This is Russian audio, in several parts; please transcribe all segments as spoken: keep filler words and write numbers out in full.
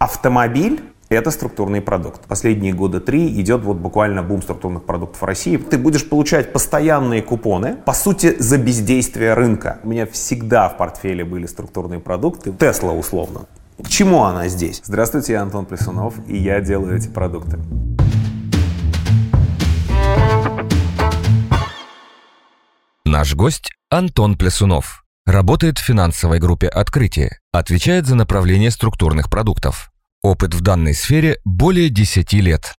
Автомобиль — это структурный продукт. Последние года три идет вот буквально бум структурных продуктов в России. Ты будешь получать постоянные купоны, по сути, за бездействие рынка. У меня всегда в портфеле были структурные продукты. Тесла условно. К чему она здесь? Здравствуйте, я Антон Плясунов, и я делаю эти продукты. Наш гость Антон Плясунов. Работает в финансовой группе «Открытие». Отвечает за направление структурных продуктов. Опыт в данной сфере более десяти лет.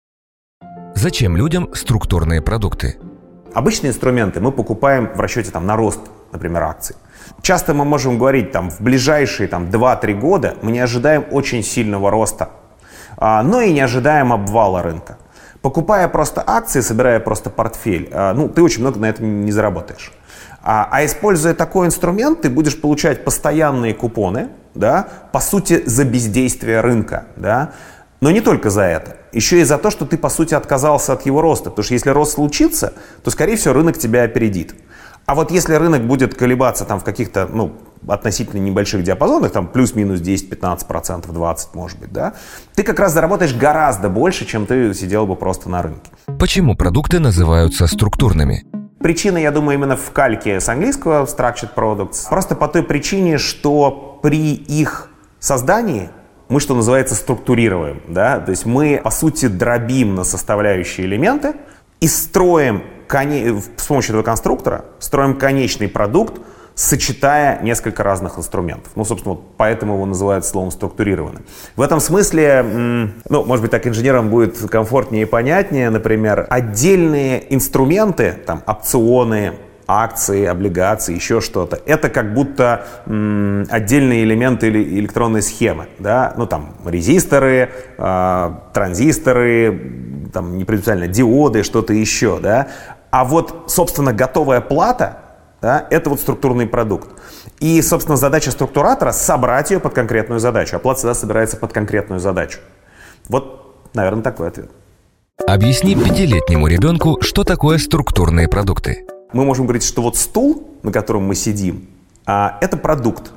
Зачем людям структурные продукты? Обычные инструменты мы покупаем в расчете там, на рост, например, акций. Часто мы можем говорить, там, в ближайшие там, два-три года мы не ожидаем очень сильного роста, а, но и не ожидаем обвала рынка. Покупая просто акции, собирая просто портфель, а, ну, ты очень много на этом не заработаешь. А, а используя такой инструмент, ты будешь получать постоянные купоны, да, по сути, за бездействие рынка. Да. Но не только за это. Еще и за то, что ты, по сути, отказался от его роста. Потому что если рост случится, то, скорее всего, рынок тебя опередит. А вот если рынок будет колебаться там, в каких-то ну, относительно небольших диапазонах, там плюс-минус десять-пятнадцать процентов, двадцать процентов, может быть, да, ты как раз заработаешь гораздо больше, чем ты сидел бы просто на рынке. Почему продукты называются структурными? Причина, я думаю, именно в кальке с английского structured products. Просто по той причине, что при их создании мы, что называется, структурируем. Да? То есть мы, по сути, дробим на составляющие элементы и строим, коне... с помощью этого конструктора, строим конечный продукт, сочетая несколько разных инструментов. Ну, собственно, вот поэтому его называют словом структурированным. В этом смысле, ну, может быть, так инженерам будет комфортнее и понятнее, например, отдельные инструменты, там, опционы, акции, облигации, еще что-то, это как будто м, отдельные элементы или электронной схемы, да, ну, там, резисторы, э, транзисторы, там, не принципиально, диоды, что-то еще, да, а вот, собственно, готовая плата, да, это вот структурный продукт. И, собственно, задача структуратора — собрать ее под конкретную задачу. А плата всегда собирается под конкретную задачу. Вот, наверное, такой ответ. Объясни пятилетнему ребенку, что такое структурные продукты. Мы можем говорить, что вот стул, на котором мы сидим, это продукт.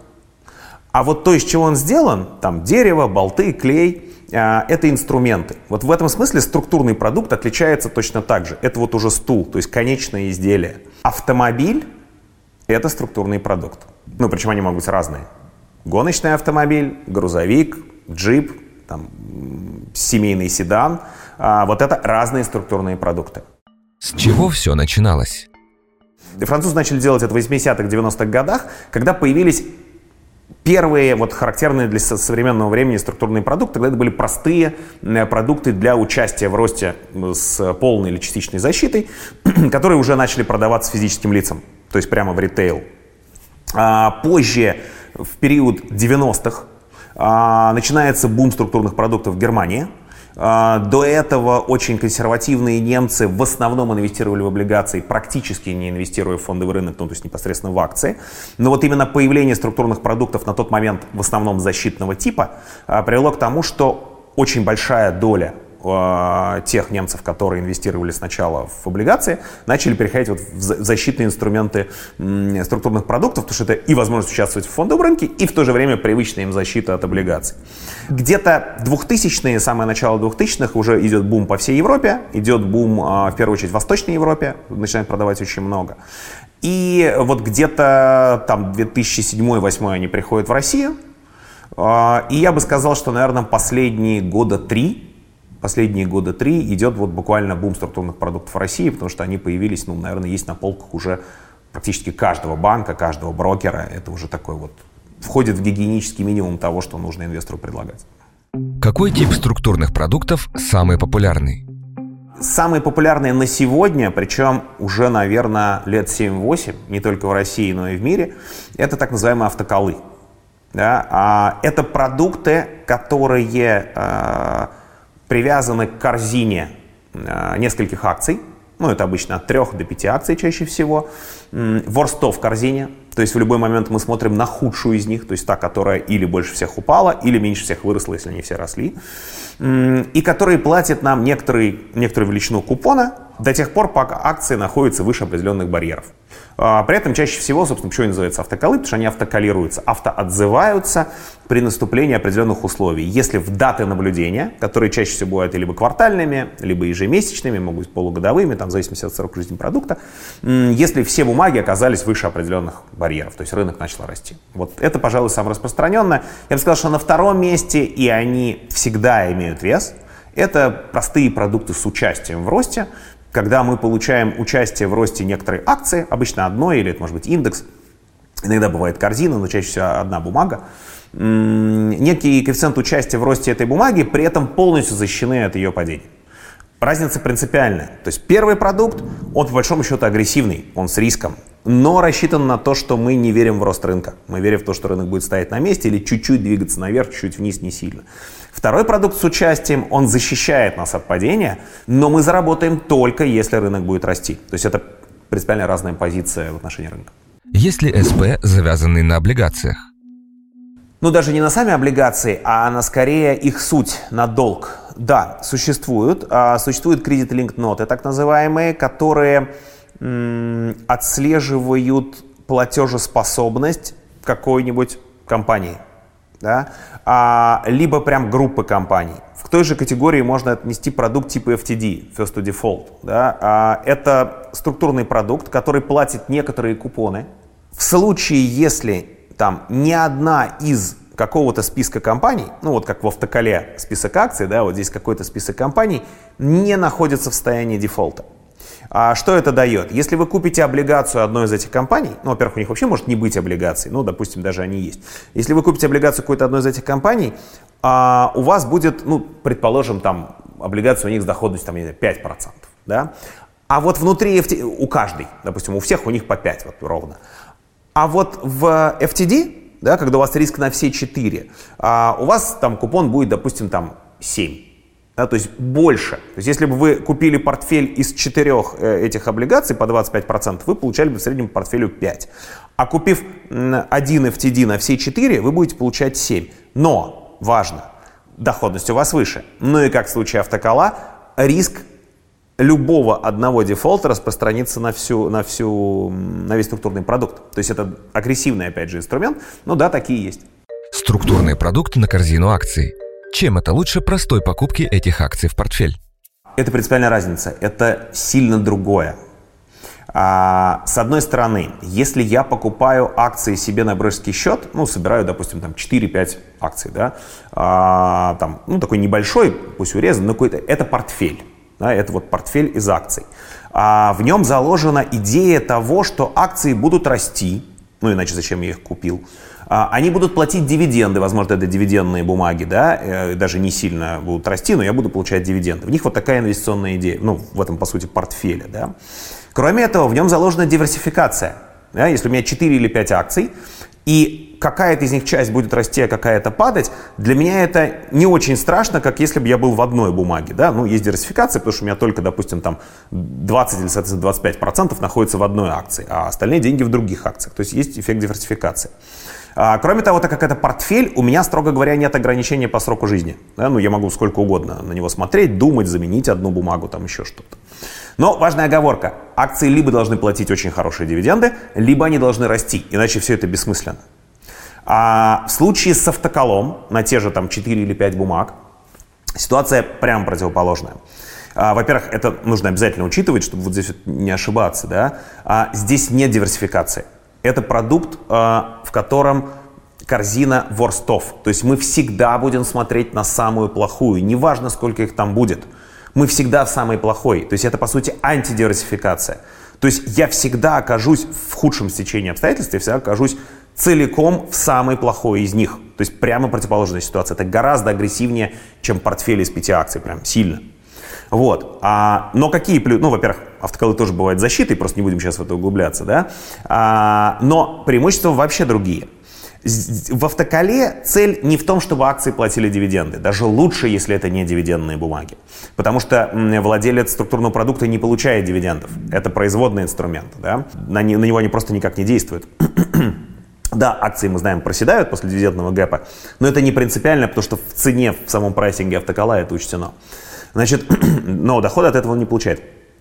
А вот то, из чего он сделан, там дерево, болты, клей, это инструменты. Вот в этом смысле структурный продукт отличается точно так же. Это вот уже стул, то есть конечное изделие. Автомобиль — это структурный продукт. Ну, причем они могут быть разные. Гоночный автомобиль, грузовик, джип, там, семейный седан. А, вот это разные структурные продукты. С чего все начиналось? Французы начали делать это в восьмидесятых, девяностых годах, когда появились первые вот, характерные для современного времени структурные продукты. Тогда это были простые продукты для участия в росте с полной или частичной защитой, которые уже начали продаваться физическим лицам. То есть прямо в ритейл. А, позже, в период девяностых, а, начинается бум структурных продуктов в Германии. А, до этого очень консервативные немцы в основном инвестировали в облигации, практически не инвестируя в фондовый рынок, ну, то есть непосредственно в акции. Но вот именно появление структурных продуктов на тот момент в основном защитного типа а, привело к тому, что очень большая доля тех немцев, которые инвестировали сначала в облигации, начали переходить вот в защитные инструменты структурных продуктов, потому что это и возможность участвовать в фондовом рынке, и в то же время привычная им защита от облигаций. Где-то двухтысячные, самое начало двухтысячных, уже идет бум по всей Европе, идет бум в первую очередь в Восточной Европе, начинают продавать очень много. И вот где-то там две тысячи седьмой — две тысячи восьмой они приходят в Россию, и я бы сказал, что, наверное, последние года три Последние года три идет вот буквально бум структурных продуктов в России, потому что они появились, ну, наверное, есть на полках уже практически каждого банка, каждого брокера. Это уже такой вот, входит в гигиенический минимум того, что нужно инвестору предлагать. Какой тип структурных продуктов самый популярный? Самые популярные на сегодня, причем уже, наверное, лет семь-восемь, не только в России, но и в мире, это так называемые автоколы. Да? Это продукты, которые привязаны к корзине э, нескольких акций, ну это обычно от трех до пяти акций чаще всего, ворстов в корзине, то есть в любой момент мы смотрим на худшую из них, то есть та, которая или больше всех упала, или меньше всех выросла, если они все росли, и которые платят нам некоторый, некоторую величину купона до тех пор, пока акции находятся выше определенных барьеров. При этом чаще всего, собственно, почему они называются автоколы, потому что они автоколируются, автоотзываются при наступлении определенных условий. Если в даты наблюдения, которые чаще всего бывают либо квартальными, либо ежемесячными, могут быть полугодовыми, там, в зависимости от срока жизни продукта, если все бумаги оказались выше определенных барьеров, то есть рынок начал расти. Вот это, пожалуй, самое распространенное. Я бы сказал, что на втором месте, и они всегда имеют вес, это простые продукты с участием в росте. Когда мы получаем участие в росте некоторой акции, обычно одной, или это может быть индекс, иногда бывает корзина, но чаще всего одна бумага, некий коэффициент участия в росте этой бумаги при этом полностью защищены от ее падения. Разница принципиальная. То есть первый продукт, он по большому счету агрессивный, он с риском, но рассчитан на то, что мы не верим в рост рынка. Мы верим в то, что рынок будет стоять на месте или чуть-чуть двигаться наверх, чуть вниз, не сильно. Второй продукт с участием, он защищает нас от падения, но мы заработаем только если рынок будет расти. То есть это принципиально разная позиция в отношении рынка. Есть ли СП, завязанный на облигациях? Ну, даже не на сами облигации, а на скорее их суть, на долг. Да, существуют. А, существуют credit-linked ноты, так называемые, которые м- отслеживают платежеспособность какой-нибудь компании. Да? А, либо прям группы компаний. В той же категории можно отнести продукт типа эф ти ди, First to Default. Да? А, это структурный продукт, который платит некоторые купоны. В случае, если там ни одна из какого-то списка компаний, ну вот как в автоколе список акций, да, вот здесь какой-то список компаний, не находится в состоянии дефолта. А что это дает? Если вы купите облигацию одной из этих компаний, ну, во-первых, у них вообще может не быть облигаций, ну, допустим, даже они есть. Если вы купите облигацию какой-то одной из этих компаний, а, у вас будет, ну, предположим, там, облигация у них с доходностью, там, не знаю, пять процентов, да? А вот внутри эф ти ди, у каждой, допустим, у всех у них по пять, вот ровно. А вот в эф ти ди, да, когда у вас риск на все четыре, а, у вас там купон будет, допустим, там семь. Да, то есть больше. То есть если бы вы купили портфель из четырех э, этих облигаций по двадцать пять процентов, вы получали бы в среднем по портфелю пять. А купив м, один эф ти ди на все четыре, вы будете получать семь. Но, важно, доходность у вас выше. Ну и как в случае автокола, риск любого одного дефолта распространится на, всю, на, всю, на весь структурный продукт. То есть это агрессивный, опять же, инструмент, но да, такие есть. Структурный продукт на корзину акций. Чем это лучше простой покупки этих акций в портфель? Это принципиальная разница. Это сильно другое. А, с одной стороны, если я покупаю акции себе на брокерский счет, ну, собираю, допустим, там четыре-пять акций, да, а, там, ну, такой небольшой, пусть урезан, но какой-то, это портфель. Да, это вот портфель из акций. А в нем заложена идея того, что акции будут расти, ну иначе зачем я их купил. А, они будут платить дивиденды, возможно, это дивидендные бумаги, да, э, даже не сильно будут расти, но я буду получать дивиденды. В них вот такая инвестиционная идея, ну в этом, по сути, портфеле. Да. Кроме этого, в нем заложена диверсификация. Да, если у меня четыре или пять акций, и какая-то из них часть будет расти, а какая-то падать, для меня это не очень страшно, как если бы я был в одной бумаге. Да? Ну, есть диверсификация, потому что у меня только, допустим, там двадцать или, соответственно, двадцать пять процентов находится в одной акции, а остальные деньги в других акциях. То есть есть эффект диверсификации. А, кроме того, так как это портфель, у меня, строго говоря, нет ограничения по сроку жизни. Да? Ну, я могу сколько угодно на него смотреть, думать, заменить одну бумагу, там еще что-то. Но важная оговорка. Акции либо должны платить очень хорошие дивиденды, либо они должны расти, иначе все это бессмысленно. А в случае с автоколом на те же там четыре или пять бумаг ситуация прямо противоположная. А, во-первых, это нужно обязательно учитывать, чтобы вот здесь вот не ошибаться. Да? А, здесь нет диверсификации. Это продукт, а, в котором корзина ворстов. То есть мы всегда будем смотреть на самую плохую, неважно, сколько их там будет. Мы всегда в самой плохой. То есть это, по сути, антидиверсификация. То есть я всегда окажусь в худшем стечении обстоятельств, я всегда окажусь целиком в самой плохой из них. То есть прямо противоположная ситуация. Это гораздо агрессивнее, чем портфель из пяти акций. Прям сильно. Вот. А, но какие плюсы? Ну, во-первых, автоколы тоже бывают защитой, просто не будем сейчас в это углубляться. Да? А, но преимущества вообще другие. В автоколе цель не в том, чтобы акции платили дивиденды. Даже лучше, если это не дивидендные бумаги. Потому что владелец структурного продукта не получает дивидендов. Это производный инструмент. Да? На, не, на него они просто никак не действуют. Да, акции, мы знаем, проседают после дивидендного гэпа, но это не принципиально, потому что в цене, в самом прайсинге автокола это учтено. Значит, но дохода от этого он не получает.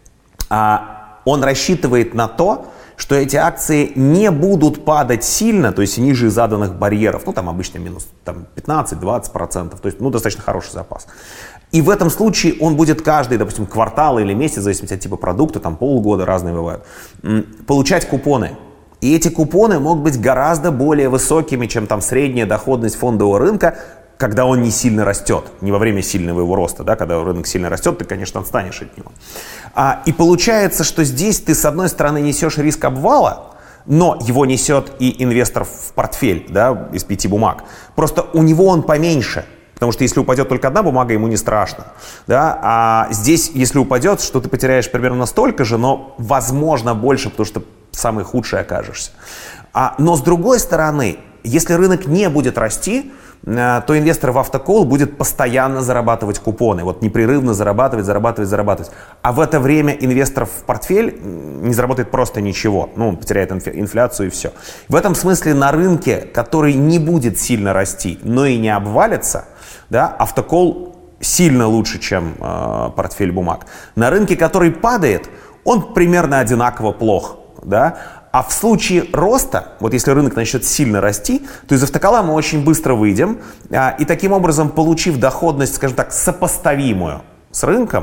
он рассчитывает на то, что эти акции не будут падать сильно, то есть ниже заданных барьеров, ну там обычно минус там, пятнадцать-двадцать процентов, то есть ну, достаточно хороший запас. И в этом случае он будет каждый, допустим, квартал или месяц, в зависимости от типа продукта, там полгода разные бывают, получать купоны. И эти купоны могут быть гораздо более высокими, чем там средняя доходность фондового рынка, когда он не сильно растет, не во время сильного его роста, да, когда рынок сильно растет, ты, конечно, отстанешь от него. А, и получается, что здесь ты, с одной стороны, несешь риск обвала, но его несет и инвестор в портфель, да, из пяти бумаг. Просто у него он поменьше, потому что если упадет только одна бумага, ему не страшно. Да? А здесь, если упадет, что ты потеряешь примерно столько же, но, возможно, больше, потому что самый худший окажешься. А, но, с другой стороны, если рынок не будет расти, то инвестор в автокол будет постоянно зарабатывать купоны, вот непрерывно зарабатывать, зарабатывать, зарабатывать. А в это время инвестор в портфель не заработает просто ничего, ну, он потеряет инфляцию и все. В этом смысле на рынке, который не будет сильно расти, но и не обвалится, да, автокол сильно лучше, чем э, портфель бумаг. На рынке, который падает, он примерно одинаково плох, да. А в случае роста, вот если рынок начнет сильно расти, то из автокола мы очень быстро выйдем, а, и таким образом, получив доходность, скажем так, сопоставимую с рынком,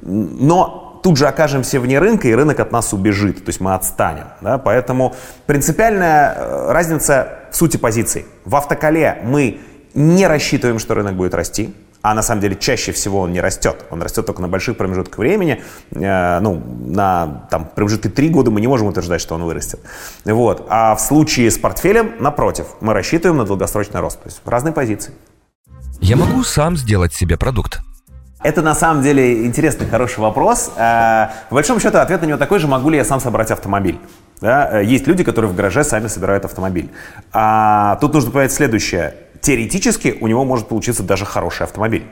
но тут же окажемся вне рынка, и рынок от нас убежит, то есть мы отстанем. Да? Поэтому принципиальная разница в сути позиций. В автоколе мы не рассчитываем, что рынок будет расти. А на самом деле чаще всего он не растет. Он растет только на больших промежутках времени. Э, ну, на там, промежутке три года мы не можем утверждать, что он вырастет. Вот. А в случае с портфелем, напротив, мы рассчитываем на долгосрочный рост. То есть разные позиции. Я могу сам сделать себе продукт? Это на самом деле интересный, хороший вопрос. Э, по большому счету ответ на него такой же: могу ли я сам собрать автомобиль? Да? Есть люди, которые в гараже сами собирают автомобиль. А тут нужно понять следующее. Теоретически у него может получиться даже хороший автомобиль.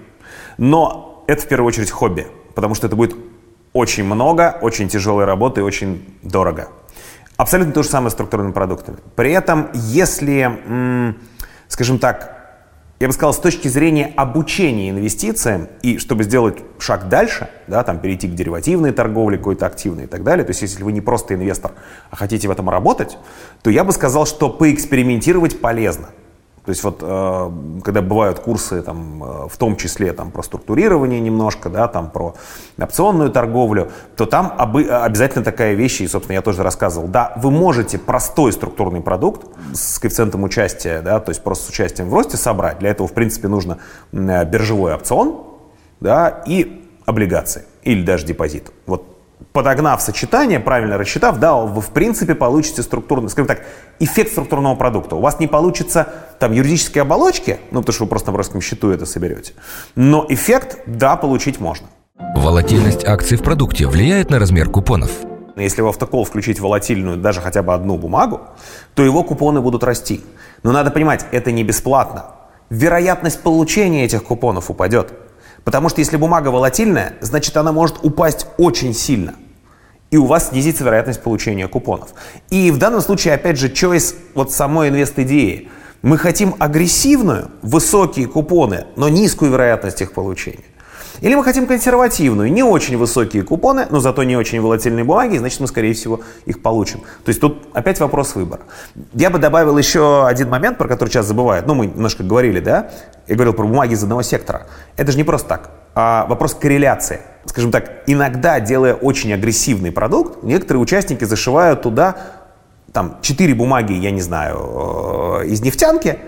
Но это в первую очередь хобби, потому что это будет очень много, очень тяжелой работы и очень дорого. Абсолютно то же самое с структурными продуктами. При этом, если, м, скажем так, я бы сказал, с точки зрения обучения инвестициям, и чтобы сделать шаг дальше, да, там, перейти к деривативной торговле, какой-то активной и так далее, то есть если вы не просто инвестор, а хотите в этом работать, то я бы сказал, что поэкспериментировать полезно. То есть вот э, когда бывают курсы, там, э, в том числе там, про структурирование немножко, да, там, про опционную торговлю, то там обы- обязательно такая вещь, и, собственно, я тоже рассказывал. Да, вы можете простой структурный продукт с коэффициентом участия, да, то есть просто с участием в росте собрать. Для этого, в принципе, нужно э, биржевой опцион, да, и облигации или даже депозит. Вот. Подогнав сочетание, правильно рассчитав, да, вы в принципе получите структурный, скажем так, эффект структурного продукта. У вас не получится там юридической оболочки, ну потому что вы просто на брокерском счету это соберете, но эффект, да, получить можно. Волатильность акций в продукте влияет на размер купонов? Если в автокол включить волатильную даже хотя бы одну бумагу, то его купоны будут расти. Но надо понимать, это не бесплатно. Вероятность получения этих купонов упадет. Потому что если бумага волатильная, значит она может упасть очень сильно. И у вас снизится вероятность получения купонов. И в данном случае, опять же, choice вот самой инвест-идеи. Мы хотим агрессивную, высокие купоны, но низкую вероятность их получения. Или мы хотим консервативную, не очень высокие купоны, но зато не очень волатильные бумаги, значит мы, скорее всего, их получим. То есть тут опять вопрос выбора. Я бы добавил еще один момент, про который сейчас забывают. Ну, мы немножко говорили, да? Я говорил про бумаги из одного сектора. Это же не просто так, а вопрос корреляции. Скажем так, иногда, делая очень агрессивный продукт, некоторые участники зашивают туда там четыре бумаги, я не знаю, из нефтянки,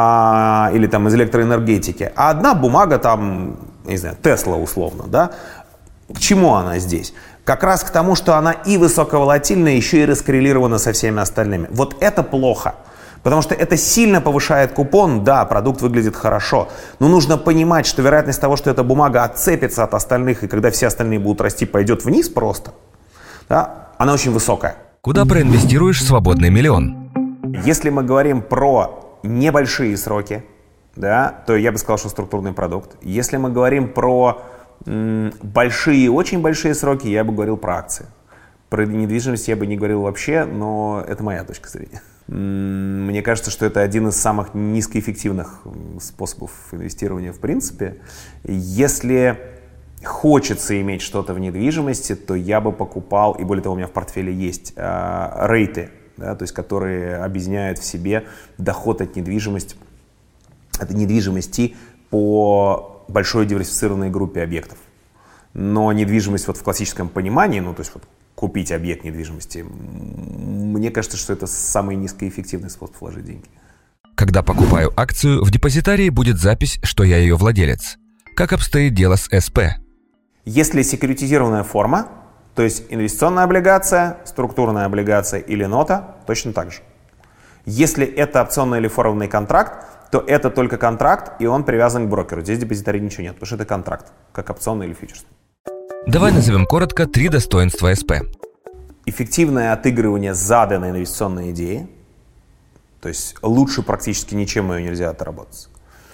а, или там из электроэнергетики, а одна бумага там, не знаю, Тесла условно, да? К чему она здесь? Как раз к тому, что она и высоковолатильная, еще и раскоррелирована со всеми остальными. Вот это плохо, потому что это сильно повышает купон, да, продукт выглядит хорошо, но нужно понимать, что вероятность того, что эта бумага отцепится от остальных, и когда все остальные будут расти, пойдет вниз просто, да, она очень высокая. Куда проинвестируешь свободный миллион? Если мы говорим про небольшие сроки, да, то я бы сказал, что структурный продукт. Если мы говорим про м, большие, очень большие сроки, я бы говорил про акции. Про недвижимость я бы не говорил вообще, но это моя точка зрения. М, мне кажется, что это один из самых низкоэффективных способов инвестирования в принципе. Если хочется иметь что-то в недвижимости, то я бы покупал, и более того, у меня в портфеле есть э, рейты, да, то есть которые объединяют в себе доход от недвижимости, от недвижимости по большой диверсифицированной группе объектов. Но недвижимость вот в классическом понимании, ну то есть вот купить объект недвижимости, мне кажется, что это самый низкоэффективный способ вложить деньги. Когда покупаю акцию, в депозитарии будет запись, что я ее владелец. Как обстоит дело с эс пэ? Если секьюритизированная форма, то есть инвестиционная облигация, структурная облигация или нота, точно так же. Если это опционный или форвардный контракт, то это только контракт, и он привязан к брокеру. Здесь в депозитарии ничего нет, потому что это контракт, как опционный или фьючерс. Давай назовем коротко три достоинства эс пэ. Эффективное отыгрывание заданной инвестиционной идеи, то есть лучше практически ничем ее нельзя отработать.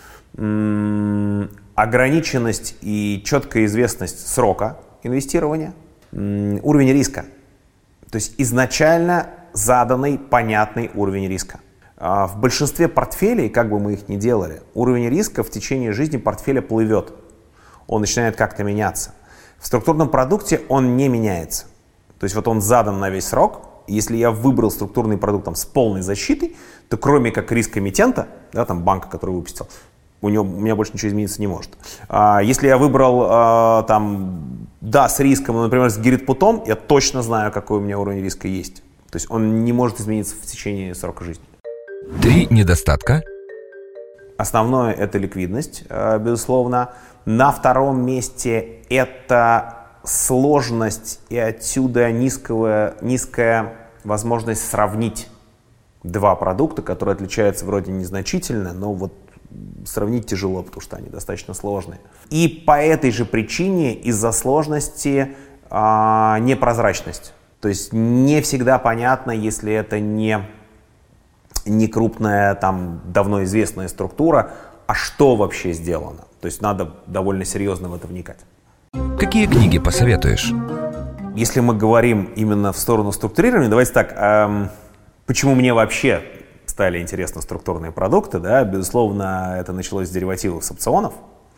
М-м- ограниченность и четкая известность срока инвестирования. М- уровень риска, то есть изначально заданный понятный уровень риска. А в большинстве портфелей, как бы мы их ни делали, уровень риска в течение жизни портфеля плывет. Он начинает как-то меняться. В структурном продукте он не меняется. То есть вот он задан на весь срок. Если я выбрал структурный продукт там, с полной защитой, то кроме как риска эмитента, да, там банка, который выпустил, у, него, у меня больше ничего измениться не может. А если я выбрал а, там, да, с риском, например, с гирит-путом, я точно знаю, какой у меня уровень риска есть. То есть он не может измениться в течение срока жизни. Три недостатка. Основное – это ликвидность, безусловно. На втором месте это сложность и отсюда низкого, низкая возможность сравнить два продукта, которые отличаются вроде незначительно, но вот сравнить тяжело, потому что они достаточно сложные. И по этой же причине из-за сложности а, непрозрачность. То есть не всегда понятно, если это не, не крупная, там, давно известная структура, а что вообще сделано. То есть надо довольно серьезно в это вникать. Какие книги посоветуешь? Если мы говорим именно в сторону структурирования, давайте так, эм, почему мне вообще стали интересны структурные продукты, да, безусловно, это началось с деривативов, с опционов.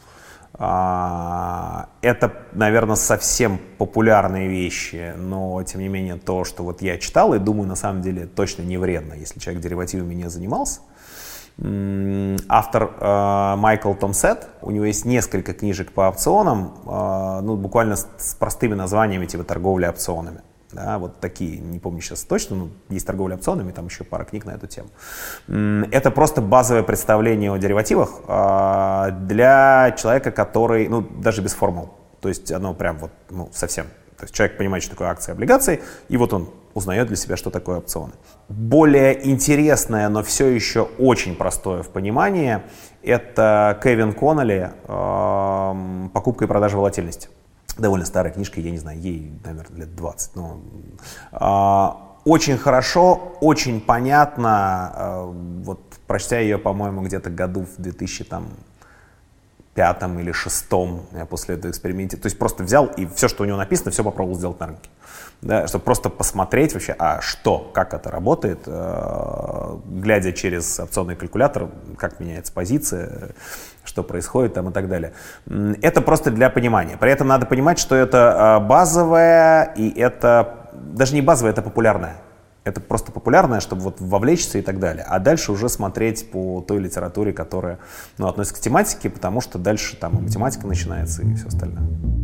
А, это, наверное, совсем популярные вещи, но, тем не менее, то, что вот я читал, и думаю, на самом деле точно не вредно, если человек деривативами не занимался. Автор э, Майкл Томсет, у него есть несколько книжек по опционам, э, ну, буквально с, с простыми названиями, типа «Торговля опционами». Да, вот такие, не помню сейчас точно, но есть «Торговля опционами», там еще пара книг на эту тему. Это просто базовое представление о деривативах э, для человека, который, ну, даже без формул, то есть оно прям вот, ну, совсем. То есть человек понимает, что такое акции и облигации, и вот он узнает для себя, что такое опционы. Более интересное, но все еще очень простое в понимании, это Кевин Коннелли э, «Покупка и продажа волатильности». Довольно старая книжка, я не знаю, ей, наверное, лет двадцать. Но, э, очень хорошо, очень понятно. Э, вот, прочтя ее, по-моему, где-то году в две тысячи пятом или шестом, я после этого эксперимента, то есть просто взял и все, что у него написано, все попробовал сделать на рынке. Да, чтобы просто посмотреть вообще, а что, как это работает, э, глядя через опционный калькулятор, как меняется позиция, что происходит там и так далее. Это просто для понимания. При этом надо понимать, что это базовое, и это даже не базовое, это популярное. Это просто популярное, чтобы вот вовлечься и так далее. А дальше уже смотреть по той литературе, которая, ну, относится к тематике, потому что дальше там и математика начинается и все остальное.